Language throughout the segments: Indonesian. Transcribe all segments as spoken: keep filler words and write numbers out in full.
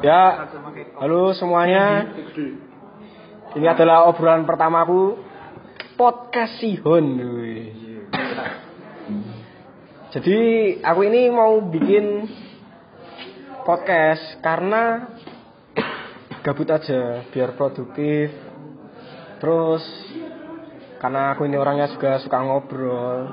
Ya, halo semuanya. Ini adalah obrolan pertamaku podcast Sihon. Jadi aku ini mau bikin podcast karena gabut aja, biar produktif. Terus karena aku ini orangnya juga suka ngobrol.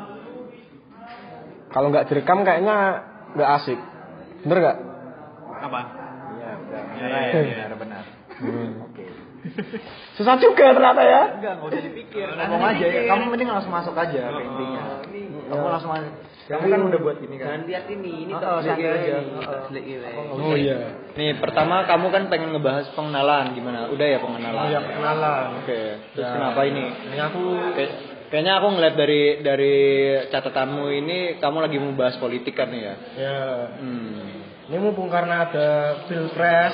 Kalau nggak direkam kayaknya nggak asik, bener nggak? Apa? Iya, udah. Iya, iya, ya, benar. Hmm. Oke. Susah juga ternyata ya. Enggak, enggak usah dipikir. Ngomong aja ya. Kamu mending langsung masuk aja ke intinya. Kamu langsung masuk. Kamu kan udah buat ini kan. Jangan lihat ini, ini Oh, santai aja. Oh iya. Nih, pertama kamu kan pengen ngebahas pengenalan gimana? Udah ya pengenalan. Oh ya perkenalan. Oke. Terus Ya. kenapa ini? Ini aku Kay- Kayaknya aku ngeliat dari dari catatanmu ini kamu lagi mau bahas politik kan ya? ya. Hmm. Ini mumpung karena ada pilpres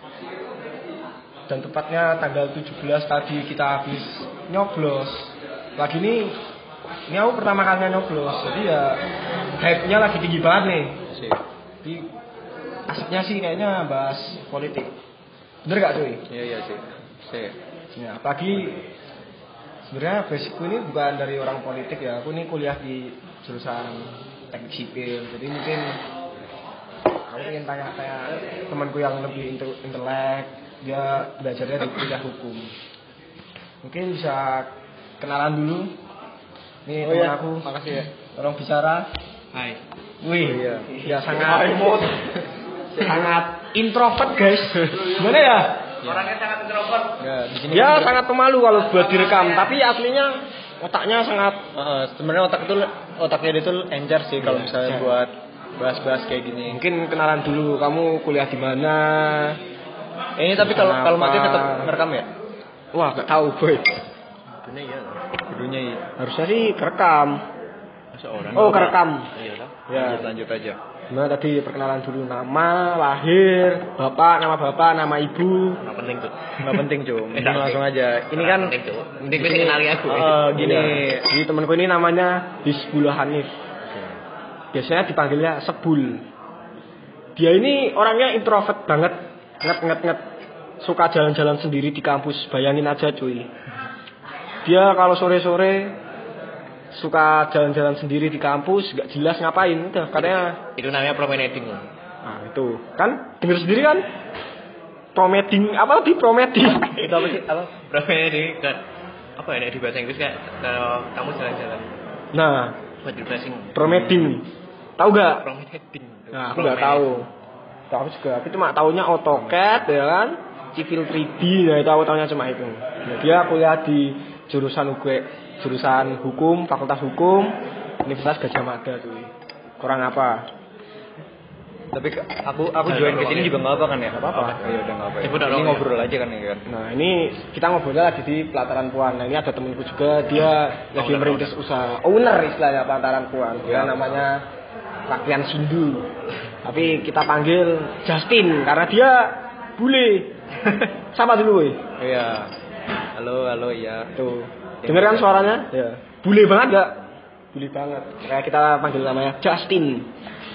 dan tepatnya tanggal tujuh belas tadi kita habis nyoblos. Lagi ini ini aku pertama kalinya nyoblos. Jadi ya hype-nya lagi tinggi banget nih. Sip. Jadi asiknya sih kayaknya bahas politik. Bener gak cuy? Iya iya sih. Sip. Ya, apalagi sebenarnya basicku ini bukan dari orang politik ya. Aku ini kuliah di jurusan teknik sipil. Jadi mungkin aku ingin tanya-tanya temanku yang lebih intel- intelek, dia belajarnya di kuliah hukum. Mungkin bisa kenalan dulu. Nih Oh teman iya, aku, makasih ya. tolong bicara. Hai. Wih, Oh iya. ya sangat sangat introvert guys. Gimana ya? Orangnya sangat introvert. Ya, di sini Dia kan- sangat pemalu kalau buat direkam, tapi aslinya otaknya sangat Heeh, sebenarnya otak itu otaknya dia tuh encer sih kalau Iya, misalnya iya. buat bahas-bahas kayak gini. mungkin kenalan dulu. Kamu kuliah di mana? Eh, ini tapi kalau kalau mati Kenapa? tetap ngerekam ya? Wah, gak tahu boy. Dunia iya. Dunia iya. Harusnya sih kerekam. Seorang. Oh, kerekam. Iya lah. Ya. Lanjut lanjut aja. Gimana tadi perkenalan dulu, nama, lahir, bapak, nama bapak, nama ibu. Nggak penting tuh. Nggak penting cuy. Mending langsung aja. Ini kan penting tuh. di Penting sini- kenali aku. Oh, gini. Iya. Jadi temanku ini namanya Hisbullah Hanif. Biasanya dipanggilnya Sebul. Dia ini orangnya introvert banget, nget nget nget, suka jalan-jalan sendiri di kampus. Bayangin aja cuy. Dia kalau sore-sore suka jalan-jalan sendiri di kampus, gak jelas ngapain. Udah katanya, Itu namanya promenading. nah itu kan denger sendiri kan, promeding apa lebih promeding. Itu apa sih? Apa? Promenading kan apa ya di bahasa Inggris kayak kalau kamu jalan-jalan Nah, buat refreshing. promeding, tahu gak? Promenading. Nah, aku nggak tahu. Tahu aku juga. Aku cuma taunya AutoCAD ya kan, Civil tiga D. Nah itu aku taunya cuma itu. Nah, dia kuliah di jurusan U G, jurusan hukum, Fakultas Hukum, Universitas Gadjah Mada tuh. Kurang apa? Tapi ke- aku aku join ke sini juga nggak apa kan ya? Nggak apa-apa. Oh, ya udah nggak apa. Ibu udah Ini dong, ngobrol aja kan ya kan. Nah ini kita ngobrolnya lagi di Pelataran Puan. Nah ini ada temenku juga, dia lagi Owner, merintis usaha, owner istilahnya Pelataran Puan. Dia Ya. namanya Rakyat Sindu. Tapi kita panggil Justin karena dia bule. Sama dulu weh. Iya. Halo halo ya. Tuh. Dengar kan suaranya? Ya. Bule banget gak? Bule banget. Kayak kita panggil namanya Justin.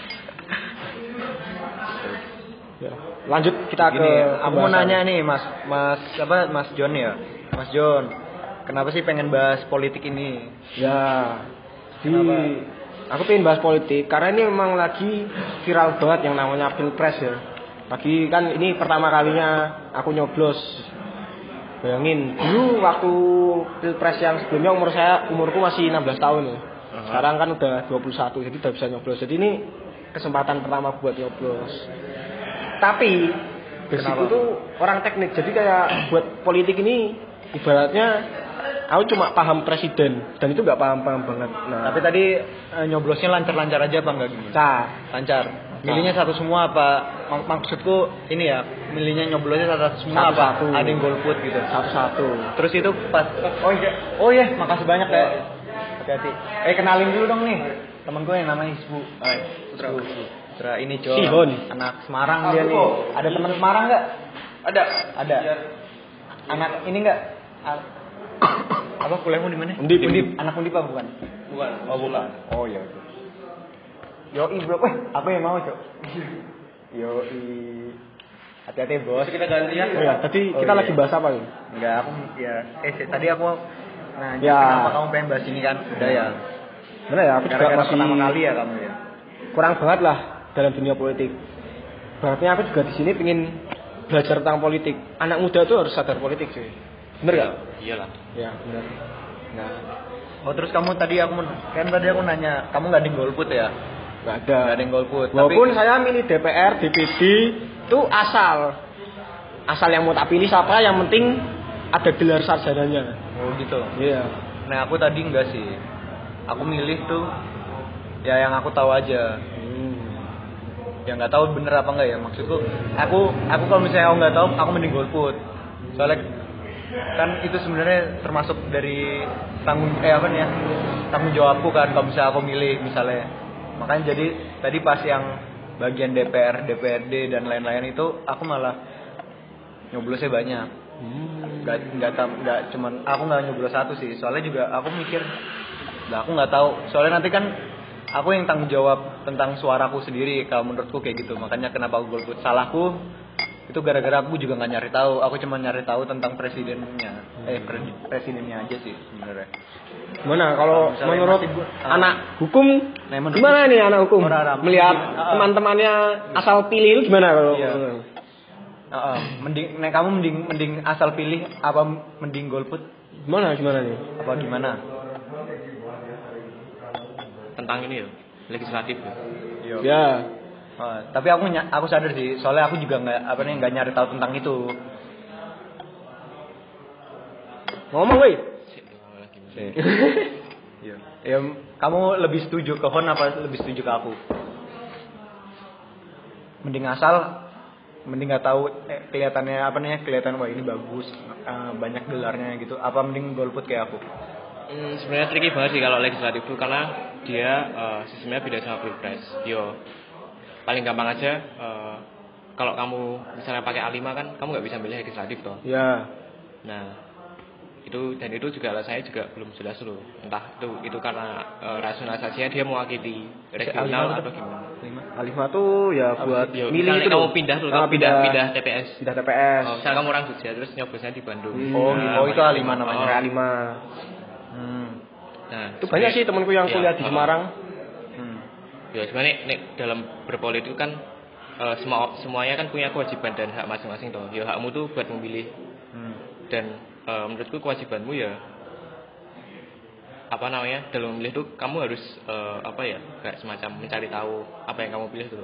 Ya. Lanjut kita ke Gini, aku mau pembahasan. nanya nih Mas Mas apa Mas John ya? Mas John. Kenapa sih pengen bahas politik ini? Ya. Di Kenapa? aku pengen bahas politik karena ini memang lagi viral banget yang namanya pilpres ya. Lagi kan ini pertama kalinya aku nyoblos. Bayangin, dulu waktu pilpres yang sebelumnya umur saya umurku masih enam belas tahun ya. Sekarang kan udah dua puluh satu jadi udah bisa nyoblos. Jadi ini kesempatan pertama buat nyoblos. Tapi basicku Kenapa? tuh orang teknik. Jadi kayak buat politik ini ibaratnya aku cuma paham presiden dan itu nggak paham-paham banget. Nah, Tapi tadi eh, nyoblosnya lancar-lancar aja apa enggak gini? Nah, Lancar. Milihnya satu semua apa? Mak- maksudku ini ya, milihnya nyoblosnya satu semua Satu-satu. apa? Ada yang golput gitu. satu-satu. Terus itu pas oh iya, oh iya, makasih banyak ya. Hati-hati. Eh kenalin dulu dong nih. Temen gue yang namanya Isbu. Oh, Putra. Putra ini John. Sihon. Anak Semarang dia nih. Ada teman Semarang enggak? Ada. Ada. Anak ini enggak? A- apa kuliahmu di mana? Undip, Di Undip. Anak Undip apa bukan? Bukan. Oh bukan. Oh iya. Yoi bro, eh apa yang mau cok? Yoi. Hati-hati bos. Terus kita gantian. Oh ya, tadi Oh, kita iya. lagi bahas apa ini? Enggak, aku ya. Eh sih, tadi aku nanya Ya. kenapa kamu pengen bahas ini kan? Udah ya. Mana ya, aku juga Gara-gara masih pertama kali ya kamu ya. kurang banget lah dalam dunia politik. Berarti aku juga di sini pengen belajar tentang politik. Anak muda tuh harus sadar politik sih. Bener gak? Iyalah. Ya, bener. Nah, Oh terus kamu tadi aku men- kan tadi aku nanya, kamu nggak di golput ya? gak ada. Nggak ada yang golput. Walaupun saya milih D P R, D P D itu asal. Asal yang mau tak pilih siapa, yang penting ada gelar sarjananya. Oh gitu. Iya. Nah aku tadi enggak sih. Aku milih tuh ya yang aku tahu aja. Hmm. Ya nggak tahu bener apa enggak ya maksudku. Aku aku kalau misalnya aku nggak tahu, aku mending golput. Soalnya kan itu sebenarnya termasuk dari tanggung eh apa nih ya tanggung jawabku kan kalau misalnya aku milih misalnya. Makanya jadi tadi pas yang bagian D P R, D P R D dan lain-lain itu aku malah nyoblosnya banyak. Hmm. Nggak nggak tam- nggak cuman aku nggak nyoblos satu sih. Soalnya juga aku mikir, lah aku nggak tahu. Soalnya nanti kan aku yang tanggung jawab tentang suaraku sendiri. Kalau menurutku kayak gitu. Makanya kenapa aku golput. Salahku itu gara-gara aku juga nggak nyari tahu. Aku cuma nyari tahu tentang presidennya. Eh pre- presidennya aja sih sebenarnya. Gimana kalau Misalnya menurut nanti gua- ah. anak hukum Nah, menurut gimana nih anak hukum orang-orang melihat ah. teman-temannya asal pilih itu gimana kalau Iya. Uh, mending, nah kamu mending mending asal pilih apa mending golput gimana gimana nih? apa gimana? Tentang ini ya, legislatif ya. Yo. Ya. Uh, tapi aku ny- aku sadar sih, soalnya aku juga nggak apa nih nggak nyari tahu tentang itu. Ngomong woi. Sik, ngomong lagi. Iya. Ya, kamu lebih setuju ke Hon apa lebih setuju ke aku? Mending asal, mending nggak tahu eh, kelihatannya apa nih kelihatan wah ini bagus uh, banyak gelarnya gitu. Apa mending golput kayak aku? Hmm, sebenarnya tricky banget sih kalau legislatif itu karena dia uh, sistemnya beda sama pilpres. Yo, paling gampang aja uh, kalau kamu misalnya pakai A lima kan kamu nggak bisa milih legislatif toh. Ya. Nah, itu dan itu juga alasannya juga belum jelas loh. Entah itu itu karena uh, rasionalisasinya dia mewakili regional atau gimana. Alifma tuh ya buat Yo, milih misalnya itu kamu loh. pindah tuh, Ah, kamu pindah pindah T P S. Pindah T P S. Oh, misalnya kamu orang Jogja terus nyoblosnya di Bandung. Hmm. Oh, Nah, oh itu A lima namanya. A lima. Hmm. Nah, Itu banyak sih temanku yang ya, kuliah di uh, Semarang. Hmm. Ya sebenarnya nek, dalam berpolitik kan uh, semua semuanya kan punya kewajiban dan hak masing-masing toh. Ya hakmu tuh buat memilih Hmm. dan uh, menurutku kewajibanmu ya apa namanya dalam memilih tuh kamu harus uh, apa ya kayak semacam mencari tahu apa yang kamu pilih tuh.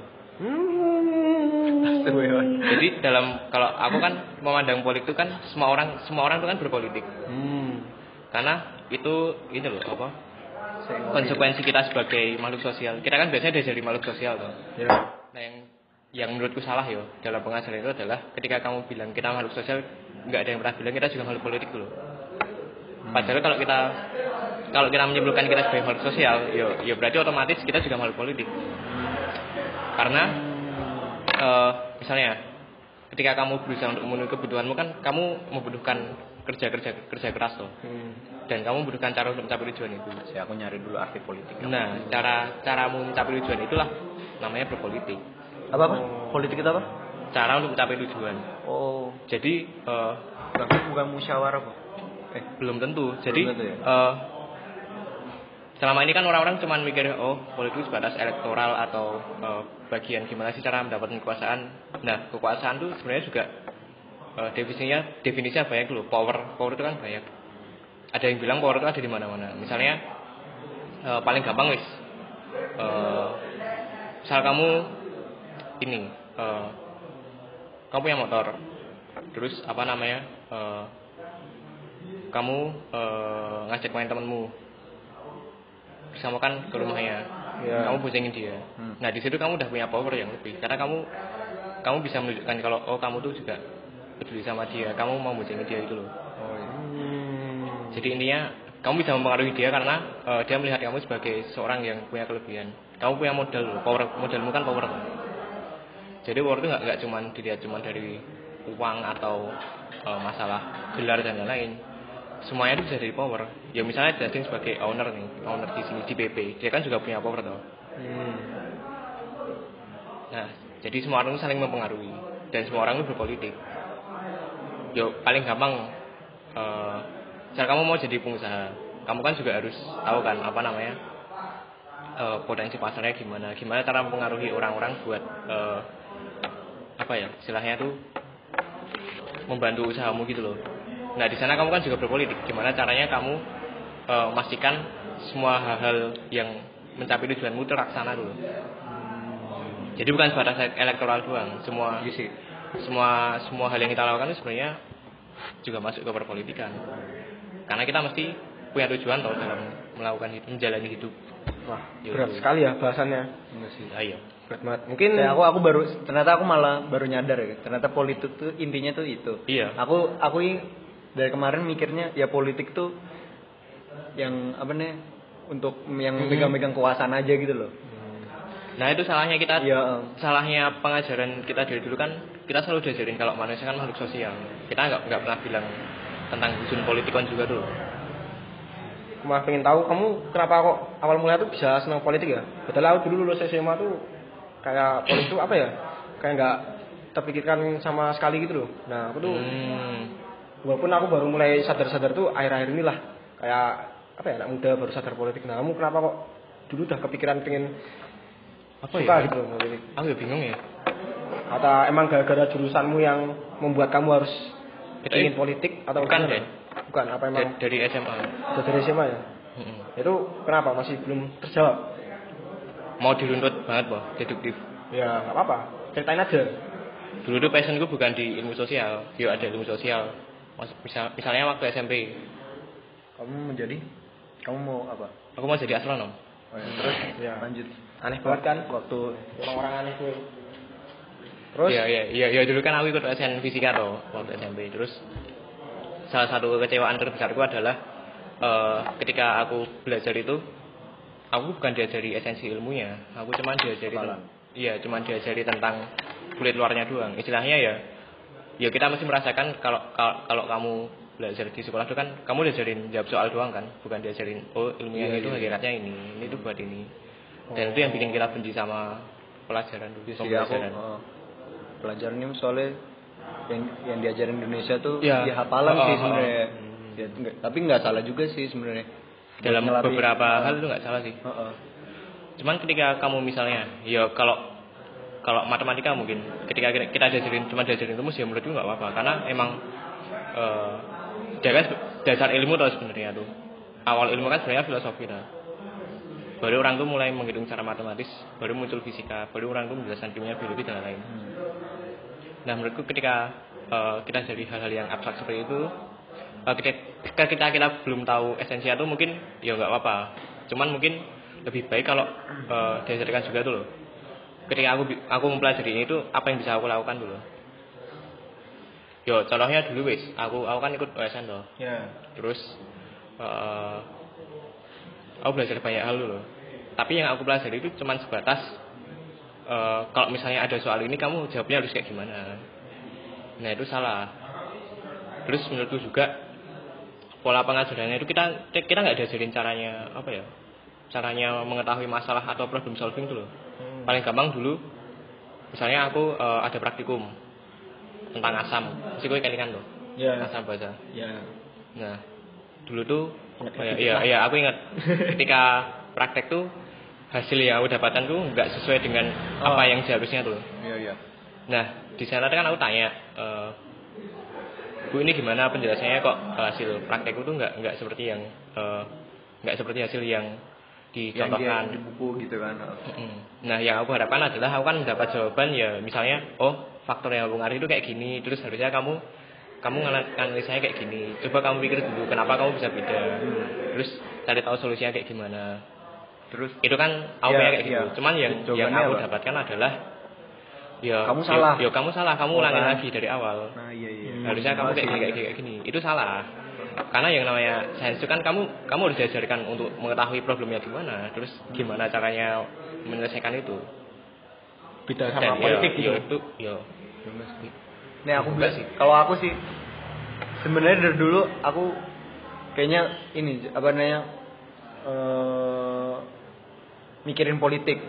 Hmm. Jadi dalam kalau aku kan memandang politik itu kan semua orang semua orang itu kan berpolitik. Hmm. Karena itu ini loh apa konsekuensi kita sebagai makhluk sosial. Kita kan biasanya diajari makhluk sosial toh. Ya. Nah yang yang menurutku salah yo dalam pengajaran itu adalah ketika kamu bilang kita makhluk sosial, nggak ada yang pernah bilang kita juga makhluk politik loh. Padahal kalau kita kalau kita menyebutkan kita sebagai makhluk sosial, yo yo berarti otomatis kita juga makhluk politik. Karena uh, misalnya ketika kamu berusaha untuk memenuhi kebutuhanmu kan kamu membutuhkan kerja kerja kerja keras loh. Hmm. Dan kamu membutuhkan cara untuk mencapai tujuan itu. Saya aku nyari dulu arti politik. Nah, cara caramu mencapai tujuan itulah namanya berpolitik. Apa apa? Politik itu apa? Cara untuk mencapai tujuan. Oh, Jadi uh, bukan bukan musyawarah kok. Eh, belum tentu. Jadi tentu ya? uh, selama ini kan orang-orang cuma mikir oh politik sebatas elektoral atau uh, bagian gimana sih cara mendapatkan kekuasaan. Nah, kekuasaan itu sebenarnya juga uh, definisinya definisinya banyak loh. Power, power itu kan banyak. Ada yang bilang power itu ada di mana-mana. Misalnya uh, paling gampang wis. Uh, misal kamu ini uh, kamu punya motor. Terus apa namanya? Uh, kamu uh, ngajak main temanmu. Bersama kan ke rumahnya. Ya. Kamu boncengin dia. Hmm. Nah, di situ kamu udah punya power yang lebih karena kamu kamu bisa menunjukkan kalau oh kamu tuh juga peduli sama dia. Kamu mau boncengin dia itu loh. oh iya. Hmm. Jadi intinya kamu bisa mempengaruhi dia karena uh, dia melihat kamu sebagai seorang yang punya kelebihan. Kamu punya modal, power modalmu kan power. Jadi power itu nggak nggak cuma dilihat cuma dari uang atau uh, masalah gelar dan lain-lain. Semuanya itu bisa dari power. Ya misalnya jadi sebagai owner nih, owner di sini di P P, dia kan juga punya power toh. Hmm. Nah, jadi semua orang itu saling mempengaruhi dan semua orang itu berpolitik. Yo paling gampang uh, cara kamu mau jadi pengusaha, kamu kan juga harus tahu kan apa namanya uh, potensi pasarnya gimana, gimana cara mempengaruhi orang-orang buat uh, apa ya istilahnya tuh membantu usahamu gitu loh. Nah di sana kamu kan juga berpolitik, gimana caranya kamu uh, memastikan semua hal-hal yang mencapai tujuanmu terlaksana dulu. Jadi bukan sebatas elektoral doang, semua Isi. semua semua hal yang kita lakukan itu sebenarnya juga masuk ke perpolitikan. Karena kita mesti punya tujuan toh dalam melakukan hidup, menjalani hidup. Wah, Yo, berat yo. sekali ya bahasannya. Enggak sih. Ah, iya. Berat banget. Mungkin Ya, aku aku baru ternyata aku malah baru nyadar ya. Ternyata politik tuh intinya tuh itu. Iya. Aku aku i- dari kemarin mikirnya ya politik tuh yang apa nih untuk yang Hmm. megang-megang kekuasaan aja gitu loh. Nah itu salahnya kita, Iya. salahnya pengajaran kita dari dulu kan kita selalu diajarin kalau manusia kan makhluk sosial. Kita nggak nggak pernah bilang tentang hukum politikon juga dulu. aku mah pengen tahu kamu kenapa kok awal mulanya tuh bisa senang politik ya? Padahal aku dulu lulus S M A tuh kayak politik tuh apa ya? Kayak nggak terpikirkan sama sekali gitu loh. Nah aku tuh Hmm. walaupun aku baru mulai sadar-sadar tuh akhir-akhir inilah kayak apa ya anak muda baru sadar politik. Nah kamu kenapa kok dulu udah kepikiran pengen Apa suka ya? gitu loh politik? Aku ya bingung ya. Atau emang gara-gara jurusanmu yang membuat kamu harus Itu ingin politik atau bukan gimana? deh. Bukan apa emang Dari, dari S M A. udah dari S M A ya? Mm-mm. Itu kenapa masih belum terjawab? Mau diruntut banget boh, deduktif. Ya nggak apa-apa, ceritain aja. Dulu tuh passionku bukan di ilmu sosial, yuk ada ilmu sosial. Mas- Misal, misalnya waktu S M P, Kamu menjadi kamu mau apa? aku mau jadi astronom. Oh, ya. Terus Ya. lanjut. Aneh banget kan? Waktu Orang-orang aneh tuh. Terus? Iya iya iya ya, dulu kan aku ikut S N fisika toh waktu S M P. Terus salah satu kecewaan terbesarku adalah eh, ketika aku belajar itu, aku bukan diajari esensi ilmunya, aku cuma diajari Hafalan. iya cuma diajari tentang kulit luarnya doang. Istilahnya ya, ya kita mesti merasakan kalau kalau, kalau kamu belajar di sekolah itu kan kamu diajarin jawab soal doang kan, bukan diajarin oh ilmunya Iya, itu iya. hakikatnya ini, ini tuh buat ini. Dan itu yang bikin kita benci sama pelajaran dulu, sih aku pembelajaran. uh, pelajarannya soalnya yang yang diajarin Indonesia tuh Ya. ya hafalan Oh, sih oh, sebenarnya. oh. Ya, enggak- tapi nggak salah juga sih sebenarnya. Dalam Buat ngelatih- beberapa uh, hal itu nggak salah sih. uh, uh. Cuman ketika kamu misalnya, ya kalau kalau matematika mungkin ketika kita, kita diajarin cuma diajarin rumus ya menurutku nggak apa-apa karena emang eh dia kan dasar ilmu tau sebenarnya tuh. Awal ilmu kan sebenarnya filosofi lah. Baru orang tuh mulai menghitung secara matematis, baru muncul fisika, baru orang tuh menjelaskan kimia, biologi dan lain-lain. Hmm. Nah menurutku ketika eh, kita jadi hal-hal yang abstrak seperti itu, eh, ketika kita kita belum tahu esensinya tuh mungkin ya nggak apa-apa. Cuman mungkin lebih baik kalau eh, diajarkan juga tuh loh. Ketika aku bi- aku mempelajari ini tuh apa yang bisa aku lakukan dulu. Yo contohnya dulu wis, aku aku kan ikut O S N tuh. Ya. Terus eh, aku belajar banyak hal dulu. Tapi yang aku pelajari itu cuma sebatas eh, kalau misalnya ada soal ini kamu jawabnya harus kayak gimana. Nah itu salah. Terus menurutku juga pola pengajarannya itu kita kita nggak diajarin caranya apa ya? Caranya mengetahui masalah atau problem solving dulu. Hmm. Paling gampang dulu. Misalnya aku eh, ada praktikum tentang asam. Mesti gue kelingan tuh. Ya. Asam basa. Ya. Nah, dulu tuh Ingat oh ya, dikit iya, lah. iya aku ingat ketika praktek tuh hasil yang aku dapatkan tuh nggak sesuai dengan Oh. apa yang seharusnya tuh. Iya iya. Nah, di sana kan aku tanya, e, Bu ini gimana penjelasannya kok eh, hasil praktekku tuh nggak nggak seperti yang eh, nggak seperti hasil yang Yang dia dicontohkan. di buku gitu kan. Mm. Nah, yang aku harapkan adalah aku kan mendapat jawaban ya misalnya, oh faktor yang mempengaruhi itu kayak gini, terus harusnya kamu kamu analisanya kayak gini. Coba kamu pikir dulu kenapa kamu bisa beda. Terus cari tahu solusinya kayak gimana. Terus Itu kan aku Iya, punya kayak gitu. iya. Cuman yang yang Jawabannya aku apa? dapatkan adalah ya Kamu ya- salah. Ya, kamu salah, kamu Oh, ulangin kan. lagi dari awal. nah iya iya. Harusnya kamu kayak gini, kayak gini, kayak gini. Itu salah. Karena yang namanya sains itu kan kamu kamu harus diajarkan untuk mengetahui problemnya gimana, terus gimana caranya menyelesaikan itu. Beda Dan sama politik ya, gitu. ya itu ya Nih aku Enggak bilang sih. kalau aku sih sebenarnya dari dulu aku kayaknya ini apa namanya eh mikirin politik.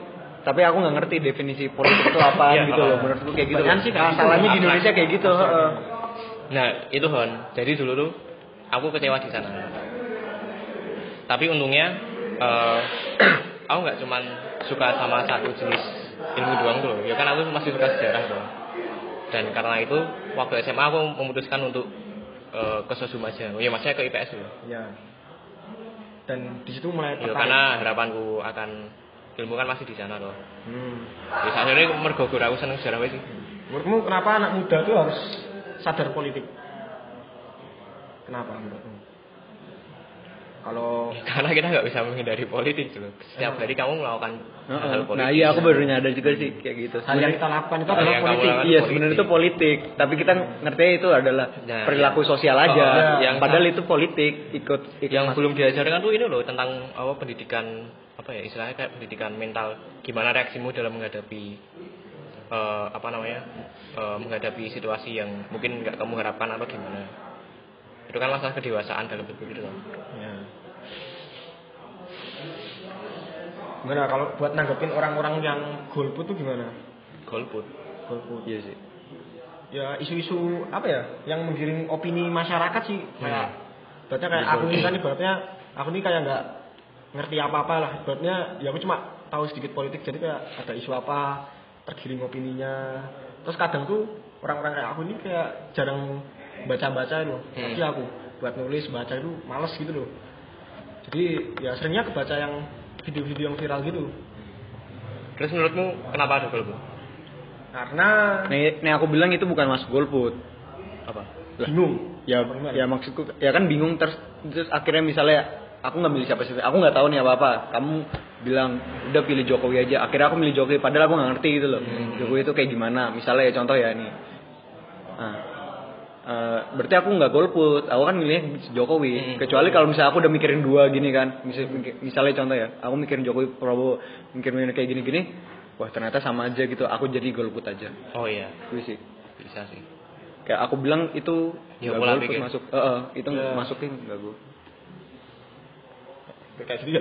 tapi aku nggak ngerti definisi politik itu apa Iya, gitu uh, loh. Menurutku kayak gitu. Banyak sih kayak gitu. Masalahnya di Indonesia kayak gitu. heeh. Nah itu Hon, jadi dulu tuh aku kecewa di sana. Tapi untungnya uh, aku nggak cuman suka sama satu jenis ilmu doang tuh, ya kan aku masih suka sejarah tuh. Dan karena itu waktu S M A aku memutuskan untuk uh, ke Sosum aja, oh, ya maksudnya ke I P S tuh. Ya. Dan di situ mulai Ya, karena harapanku akan ilmu kan masih di sana tuh. Hmm. Ya akhirnya mergo aku seneng sejarah wis sih. Menurutmu kenapa anak muda tuh harus sadar politik? Kenapa menurutmu? Kalau Karena kita nggak bisa menghindari politik tuh. Setiap hari kamu melakukan hal politik. Nah iya aku baru nyadar juga sih kayak gitu. hal yang kita lakukan itu Hal adalah yang kamu politik. lakukan Iya politik. sebenarnya itu politik, tapi kita ngerti itu adalah Nah, perilaku iya. sosial aja. Oh, iya. Yang padahal itu politik ikut, ikut Yang masuk. belum diajarkan tuh ini loh tentang apa pendidikan apa ya istilahnya kayak pendidikan mental, gimana reaksimu dalam menghadapi eh, apa namanya eh, menghadapi situasi yang mungkin nggak kamu harapkan atau gimana. Itu kan masalah kedewasaan dalam berpikir loh. Ya. Gimana kalau buat nanggepin orang-orang yang golput tuh gimana? Golput. Golput. Iya sih. Ya isu-isu apa ya yang menggiring opini masyarakat sih kayak berarti kayak aku ini kan ibaratnya aku ini kayak nggak ngerti apa-apa lah ibaratnya ya aku cuma tahu sedikit politik jadi kayak ada isu apa tergiring opininya terus kadang tuh orang-orang kayak aku ini kayak jarang baca-baca loh Hmm. tapi aku buat nulis baca itu males gitu loh jadi ya seringnya kebaca yang video-video yang viral gitu Terus menurutmu kenapa ada golput? karena Nih, nih aku bilang itu bukan masuk golput. Apa? Lah, bingung ya Bagaimana? ya maksudku ya kan bingung terus terus akhirnya misalnya aku nggak milih siapa siapa aku nggak tahu nih apa apa kamu bilang udah pilih Jokowi aja akhirnya aku milih Jokowi padahal aku nggak ngerti gitu loh hmm. Jokowi itu kayak gimana misalnya ya contoh ya nih nah, uh, berarti aku nggak golput aku kan milih Jokowi hmm. kecuali kalau misalnya aku udah mikirin dua gini kan Misal, misalnya contoh ya aku mikirin Jokowi Prabowo mikirin kayak gini gini wah ternyata sama aja gitu aku jadi golput aja Oh iya, itu sih bisa sih. kayak aku bilang itu Ya, nggak pola golput pikir. masuk uh, uh, itu Ya. masukin nggak gue kayak gitu ya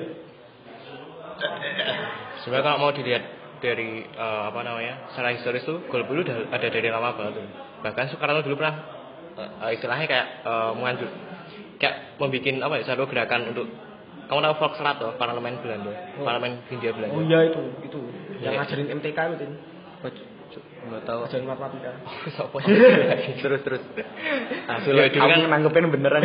Sebenarnya kalau mau dilihat dari eh, apa namanya secara historis tuh golput itu udah ada dari lama banget tuh. Bahkan Soekarno dulu pernah eh, istilahnya kayak eh, menganjur kayak membuat apa ya satu gerakan untuk kamu tahu Volksraad tuh parlemen Belanda, Oh. parlemen Hindia Belanda. oh iya itu itu yang Iya. ngajarin M T K itu Tin. nggak tahu ngajarin matematika Sopo? terus terus ah, Ya, sulit. dulu aku kan- nanggepin beneran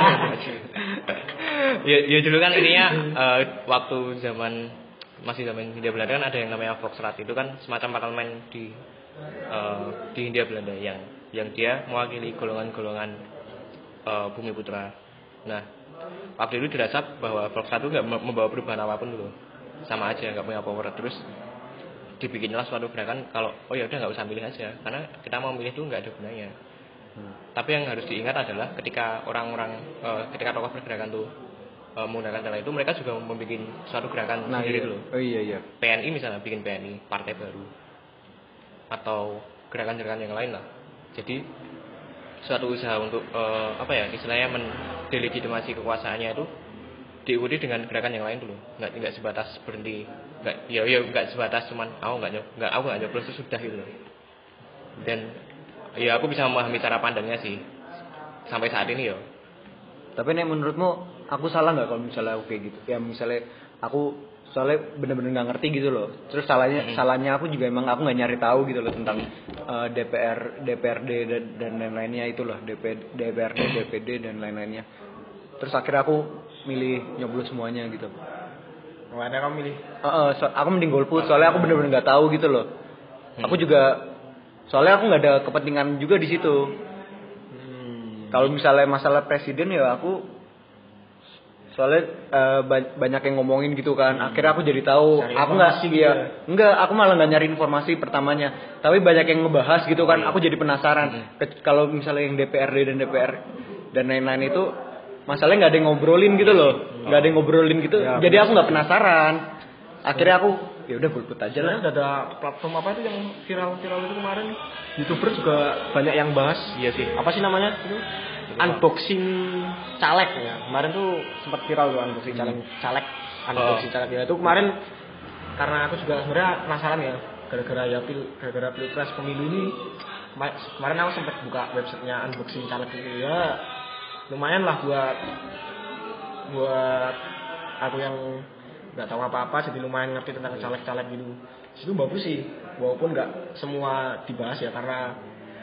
ya, ya dulu kan ininya eh, waktu zaman masih zaman Hindia Belanda kan ada yang namanya Volksraad itu kan semacam parlemen di eh, di Hindia Belanda yang yang dia mewakili golongan-golongan eh, bumi putra. Nah waktu itu dirasa bahwa Volksraad itu nggak mem- membawa perubahan apapun dulu sama aja nggak punya power terus dibikinlah suatu gerakan kalau oh ya udah nggak usah milih aja karena kita mau milih itu nggak ada gunanya. Hmm. Tapi yang harus diingat adalah ketika orang-orang uh, ketika tokoh pergerakan tuh uh, menggunakan cara itu mereka juga membuat suatu gerakan nah sendiri iya. dulu. oh iya iya P N I misalnya bikin P N I partai baru atau gerakan-gerakan yang lain lah. Jadi suatu usaha untuk uh, apa ya istilahnya mendelegitimasi kekuasaannya itu diikuti dengan gerakan yang lain dulu, nggak nggak sebatas berhenti, nggak ya ya nggak sebatas cuman aku nggak nyob nggak aku nggak nyoblos itu sudah gitu. Dan ya aku bisa memahami cara pandangnya sih sampai saat ini ya. tapi nih menurutmu aku salah nggak kalau misalnya aku kayak gitu ya misalnya aku soalnya bener-bener nggak ngerti gitu loh terus salahnya Mm-hmm. salahnya aku juga emang aku nggak nyari tahu gitu loh tentang uh, D P R D P R D dan, dan lain-lainnya itu loh D P D P R D D P D dan lain-lainnya terus akhirnya aku milih nyoblos semuanya gitu Mana kamu milih? Uh, uh, so, aku mending golput soalnya aku bener-bener nggak tahu gitu loh. Aku juga soalnya aku nggak ada kepentingan juga di situ. Hmm. Kalau misalnya masalah presiden ya aku soalnya uh, ba- banyak yang ngomongin gitu kan. Hmm. Akhirnya aku jadi tahu. Cari aku nggak informasi ya, gitu ya? enggak. Aku malah nggak nyari informasi pertamanya. Tapi banyak yang ngebahas gitu kan. Aku jadi penasaran. Hmm. Ke- kalau misalnya yang D P R D dan D P R dan lain-lain itu masalahnya nggak ada yang ngobrolin gitu loh, nggak ada yang ngobrolin gitu, Ya, jadi aku nggak penasaran. Akhirnya aku ya udah golput aja Sebenarnya lah. udah ada platform apa itu yang viral-viral itu kemarin? YouTuber juga banyak yang bahas. Iya sih. Apa sih namanya? Itu unboxing caleg ya. Kemarin tuh sempat viral tuh unboxing caleg, caleg, unboxing caleg ya. Itu kemarin karena aku juga sebenarnya penasaran ya gara-gara ya pil gara-gara pilpres pemilu ini kemarin aku sempat buka websitenya unboxing caleg itu ya lumayan lah buat buat aku yang nggak tahu apa-apa jadi lumayan ngerti tentang caleg-caleg gitu. Itu bagus sih walaupun nggak semua dibahas ya karena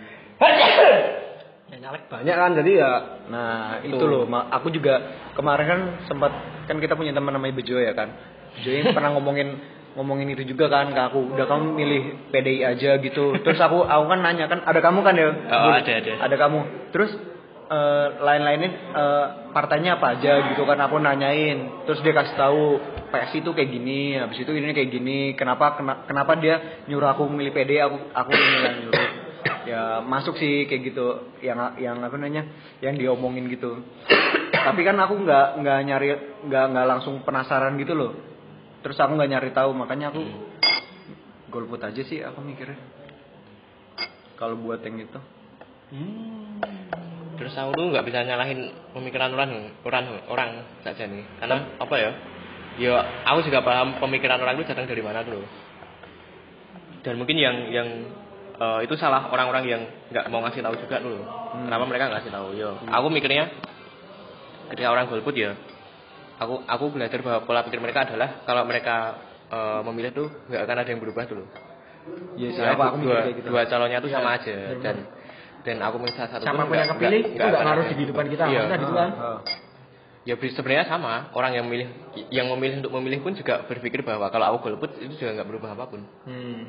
ya caleg banyak kan jadi ya nah itu, itu loh aku juga kemarin kan sempat kan kita punya teman namanya Bejo ya kan Bejo yang pernah ngomongin ngomongin itu juga kan ke aku udah kamu milih P D I aja gitu terus aku aku kan nanya kan ada kamu kan ya oh, ada ada ada kamu terus uh, lain-lainnya uh, partainya apa aja gitu kan aku nanyain terus dia kasih tahu P S I itu kayak gini habis itu ini kayak gini kenapa kena, kenapa dia nyuruh aku milih P D I aku aku ini yang nyuruh ya masuk sih kayak gitu yang yang apa namanya yang diomongin gitu tapi kan aku nggak nggak nyari nggak nggak langsung penasaran gitu loh terus aku nggak nyari tahu makanya aku golput aja sih aku mikirnya kalau buat yang itu hmm. Terus aku tuh nggak bisa nyalahin pemikiran orang orang orang saja nih karena hmm. apa ya ya aku juga paham pemikiran orang itu datang dari mana dulu dan mungkin yang yang uh, itu salah orang-orang yang nggak mau ngasih tahu juga dulu hmm. kenapa mereka nggak ngasih tahu yo hmm. aku mikirnya ketika orang golput ya aku aku belajar bahwa pola pikir mereka adalah kalau mereka uh, memilih tuh nggak akan ada yang berubah dulu. Ya siapa aku dua, gitu. dua calonnya tuh ya, sama aja ya, dan dan aku milih salah satu siapa pun yang kepilih itu nggak ngaruh di kehidupan kita iya. Maksudnya gitu kan. Ya sebenarnya sama orang yang memilih yang memilih untuk memilih pun juga berpikir bahwa kalau aku golput itu juga nggak berubah apapun. Hmm.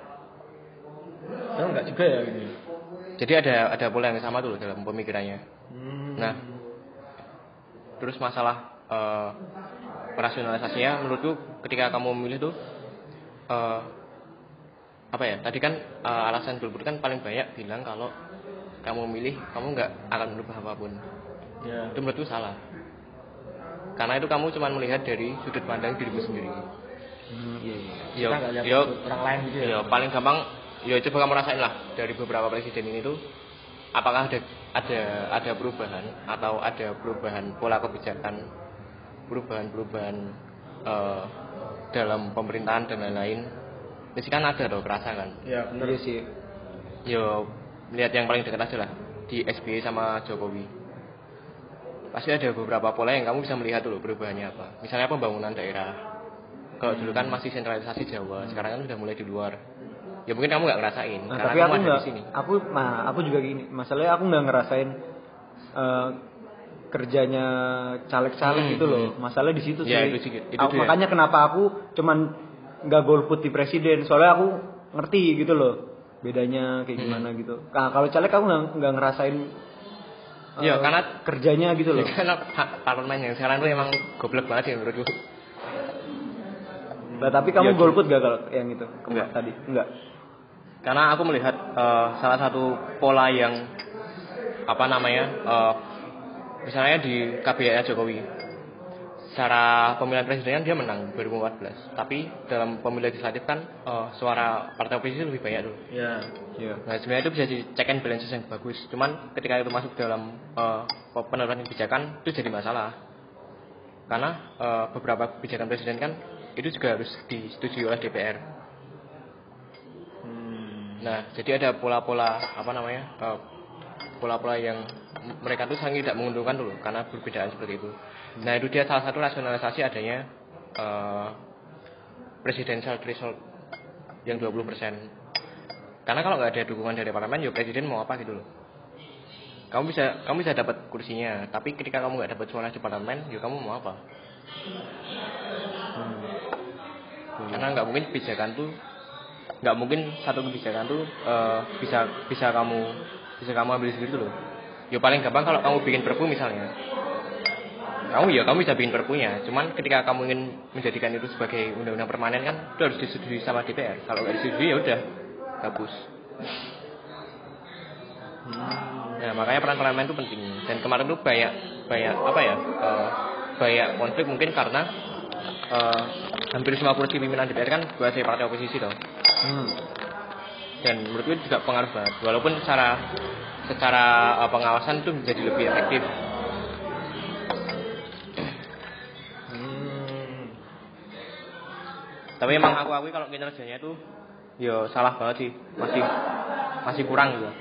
Hmm. Enggak juga ya ini. Jadi ada ada pola yang sama tuh dalam pemikirannya. Hmm. Nah terus masalah Uh, rasionalisasinya menurutku ketika kamu memilih tuh uh, apa ya tadi kan uh, alasan golput kan paling banyak bilang kalau kamu memilih kamu nggak akan merubah apapun yeah. Itu menurutku salah karena itu kamu cuma melihat dari sudut pandang dirimu sendiri hmm, iya, iya. Yo, yo, orang lain gitu ya. Yo, paling gampang yo coba kamu rasain lah dari beberapa presiden ini tuh apakah ada ada ada perubahan atau ada perubahan pola kebijakan perubahan-perubahan uh, dalam pemerintahan dan lain-lain. Mesti kan ada loh kerasa kan? Ya benar sih. Yo lihat yang paling dekat aja lah di S B Y sama Jokowi. Pasti ada beberapa pola yang kamu bisa melihat dulu perubahannya apa. Misalnya pembangunan daerah. Kalau hmm. dulu kan masih sentralisasi Jawa, sekarang kan sudah mulai di luar. Ya mungkin kamu nggak ngerasain. Nah, karena tapi kamu aku ada nggak. Di sini. Aku, nah aku juga gini. Masalahnya aku nggak ngerasain. Uh, kerjanya caleg-caleg hmm, gitu loh. Hmm. Masalah di situ ya, sih. Itu, itu aku, makanya kenapa aku cuman nggak golput di presiden. Soalnya aku ngerti gitu loh bedanya kayak gimana hmm. gitu. Nah kalau caleg aku nggak nggak ngerasain. Ya uh, karena kerjanya gitu loh. Ya, karena parlemen yang sekarang tuh emang goblok banget ya menurutku. Nah tapi kamu ya, golput gak kalau yang itu enggak tadi? Enggak. Karena aku melihat uh, salah satu pola yang apa namanya. Uh, Misalnya di K B I Jokowi, secara pemilihan presiden dia menang dua ribu empat belas, tapi dalam pemilu legislatif kan uh, suara partai oposisi lebih banyak tuh. Iya. Yeah. Nah sebenarnya itu bisa jadi check and balances yang bagus. Cuman ketika itu masuk dalam uh, penerapan kebijakan itu jadi masalah, karena uh, beberapa kebijakan presiden kan itu juga harus disetujui oleh D P R. Hmm. Nah jadi ada pola-pola apa namanya? Uh, pola-pola yang mereka tuh sangat tidak menguntungkan dulu karena perbedaan seperti itu. Hmm. Nah itu dia salah satu rasionalisasi adanya uh, presidential threshold yang dua puluh persen. Karena kalau nggak ada dukungan dari parlemen, ya presiden mau apa gitu loh. Kamu bisa kamu bisa dapat kursinya, tapi ketika kamu nggak dapat suara di parlemen, ya kamu mau apa? Hmm. Hmm. Karena nggak mungkin kebijakan tuh nggak mungkin satu kebijakan tuh uh, bisa bisa kamu bisa kamu ambil sendiri loh. Ya paling gampang kalau kamu bikin perpu misalnya. Kamu ya kamu bisa bikin perpunya. Cuman ketika kamu ingin menjadikan itu sebagai undang-undang permanen kan itu harus disetujui sama D P R. Kalau nggak disetujui ya udah hapus. Hmm. Nah makanya peran parlemen itu penting. Dan kemarin tuh banyak banyak apa ya uh, banyak konflik mungkin karena uh, hampir semua kursi pimpinan D P R kan berasal dari partai oposisi toh. Hmm. Dan menurut gue juga pengaruh banget. Walaupun secara secara uh, pengawasan itu menjadi lebih efektif. Hmm. Tapi emang aku akui kalau kinerjanya itu ya salah banget sih, masih masih kurang juga.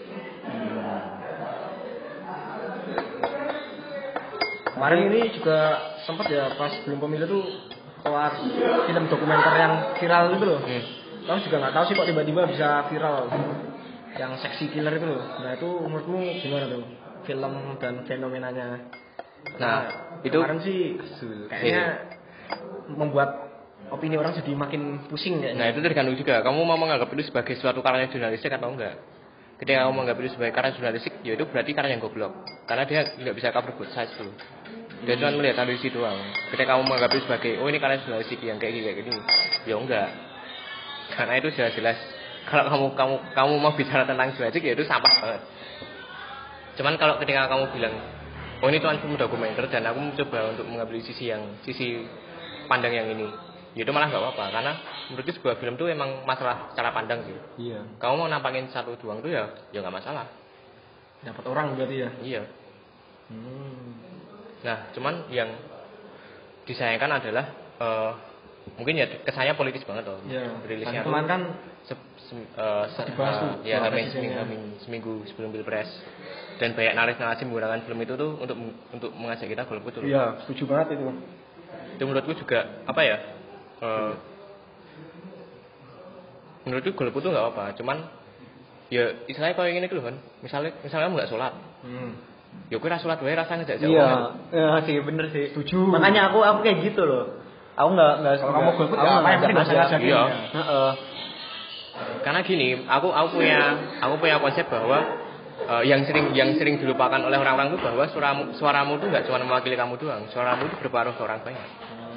Kemarin ini juga sempat ya pas sebelum pemilu tuh keluar film dokumenter yang viral itu loh. Hmm. Kamu juga nggak tahu sih kok tiba-tiba bisa viral yang seksi killer itu loh. Nah itu menurutmu gimana tuh film dan fenomenanya? Nah, itu kemarin sih kayaknya membuat opini orang jadi makin pusing kayaknya. Nah itu tergantung juga. Kamu mau menganggap itu sebagai suatu karya jurnalistik atau enggak? Ketika kamu menganggap itu sebagai karya jurnalistik, ya itu berarti karya yang goblok. Karena dia nggak bisa cover both sides tuh. Dia hmm. cuma melihat dari situ doang. Ketika kamu menganggap itu sebagai oh ini karya jurnalistik yang kayak gini kayak gini, ya enggak. Karena itu sudah jelas. Kalau kamu kamu kamu mau bicara tentang jurnalistik, ya itu sampah banget. Cuman kalau ketika kamu bilang oh ini cuma film dokumenter dan aku mencoba untuk mengambil sisi yang sisi pandang yang ini, ya itu malah nggak apa-apa karena menurutku sebuah film itu emang masalah cara pandang sih. Iya. Kamu mau nampangin satu doang tuh ya ya nggak masalah. Dapat orang berarti ya. Iya. Hmm. Nah cuman yang disayangkan adalah uh, mungkin ya kesannya politis banget loh. Iya. Rilisnya tuh kemarin kan se, se, uh, se, uh, ya hamin seminggu, seminggu sebelum pilpres dan banyak narasi-narasi menggunakan film itu tuh untuk untuk mengajak kita golput tuh. Iya setuju banget itu. Itu menurutku juga apa ya? Uh, menurutku golput tuh nggak apa, cuman ya istilahnya kalau yang ini tuh kan, misalnya misalnya kamu nggak sholat, hmm. ya gue sholat gue rasa ngejak jauh. Iya, ya, sih bener sih. Setuju. Makanya aku aku kayak gitu loh. Aku nggak nggak kalau kamu golput ya apa yang penting ngajak. Iya. Heeh. Karena gini, aku aku punya aku punya konsep bahwa uh, yang sering yang sering dilupakan oleh orang-orang itu bahwa suaramu suaramu tuh nggak cuma mewakili kamu doang, suaramu itu berpengaruh ke orang banyak.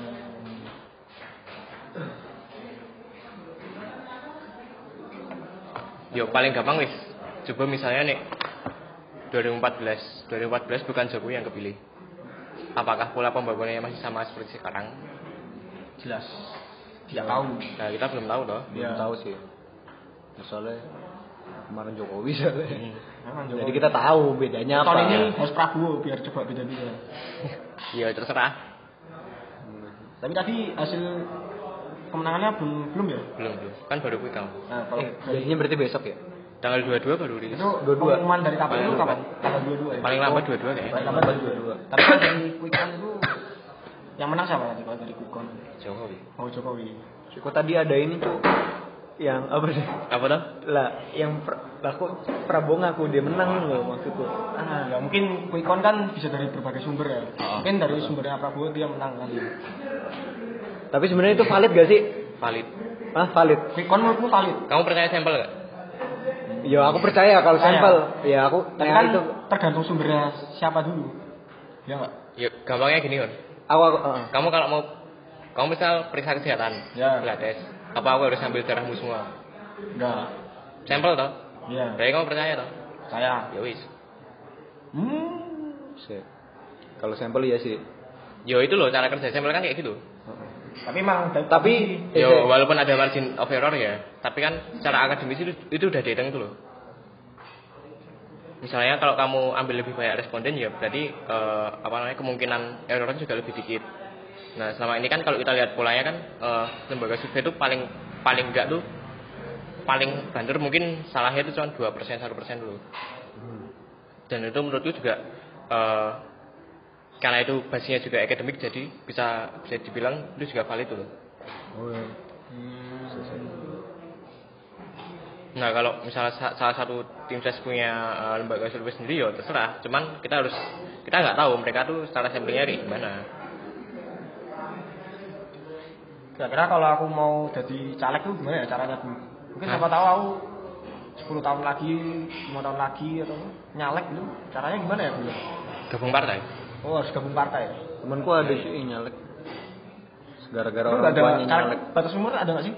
Yo paling gampang wis. Coba misalnya nih dua ribu empat belas bukan Jokowi yang kepilih. Apakah pola pembangunannya masih sama seperti sekarang? Jelas. Tidak tahu. Nah, kita belum tahu toh. Belum ya. tahu sih. Misalnya kemarin Jokowi soalnya. Hmm. Jokowi. Jadi kita tahu bedanya apa. Tahun ini Mas Prabowo biar coba beda-beda. Iya, terserah. Hmm. Tapi tadi hasil kemenangannya belum belum ya? Belum, belum. Kan baru quick count. Nah, kalau eh, jadinya berarti besok ya? Tanggal dua puluh dua baru rilis. Itu dua puluh dua. Pengumuman dari K P U itu kapan? Tanggal dua puluh dua ya. Paling lambat dua puluh dua kayaknya. Paling lambat dua puluh dua. Tapi kalau dari quick count itu yang menang siapa nanti kalau dari quick count? Jokowi. Oh, Jokowi. Kok tadi ada ini tuh yang apa sih? Apa tuh? Lah, yang lah kok Prabowo ngaku dia menang loh maksudku. Ah, ya mungkin quick count kan bisa dari berbagai sumber ya. Oh. Mungkin dari sumbernya Prabowo dia menang kan. Tapi sebenarnya itu valid gak sih? Valid. Ah, valid. Quick count menurutmu valid? Kamu percaya sampel gak? Ya aku percaya kalau sampel. Ya aku tapi kan itu tergantung sumbernya siapa dulu. Ya enggak? Ya gampangnya gini kan. Aku, aku uh. Kamu kalau mau kamu misal periksa kesehatan, ya. Lah tes. Apa aku harus ambil darahmu semua? Enggak. Sampel toh? Iya. Berarti kamu percaya toh? Saya. Ya wis. Hmm. Sih. Kalau sampel ya sih. Yo itu loh cara kerja sampel kan kayak gitu. Tapi memang tapi yo walaupun ada margin of error ya, tapi kan secara akademis itu itu udah dihitung itu loh. Misalnya kalau kamu ambil lebih banyak responden ya berarti uh, apa namanya kemungkinan errornya juga lebih dikit. Nah selama ini kan kalau kita lihat polanya kan uh, lembaga survei itu paling paling enggak tuh paling bandar mungkin salahnya itu cuma dua persen satu persen dulu. Dan itu menurutku juga uh, karena itu basisnya juga akademik jadi bisa bisa dibilang itu juga valid tuh. Oh, ya. hmm. Nah kalau misalnya salah satu tim ses punya uh, lembaga survei sendiri ya terserah. Cuman kita harus kita nggak tahu mereka tuh secara samplingnya di gimana. Kira-kira kalau aku mau jadi caleg tuh gimana ya caranya tuh? Mungkin Hah? siapa tahu aku sepuluh tahun lagi, lima tahun lagi atau nyalek gitu. Caranya gimana ya dulu? Gabung partai. Oh, harus gabung partai. Temanku ada sih nyalek. Gara-gara orang ada tuanya nyalek. Batas umur ada nggak sih?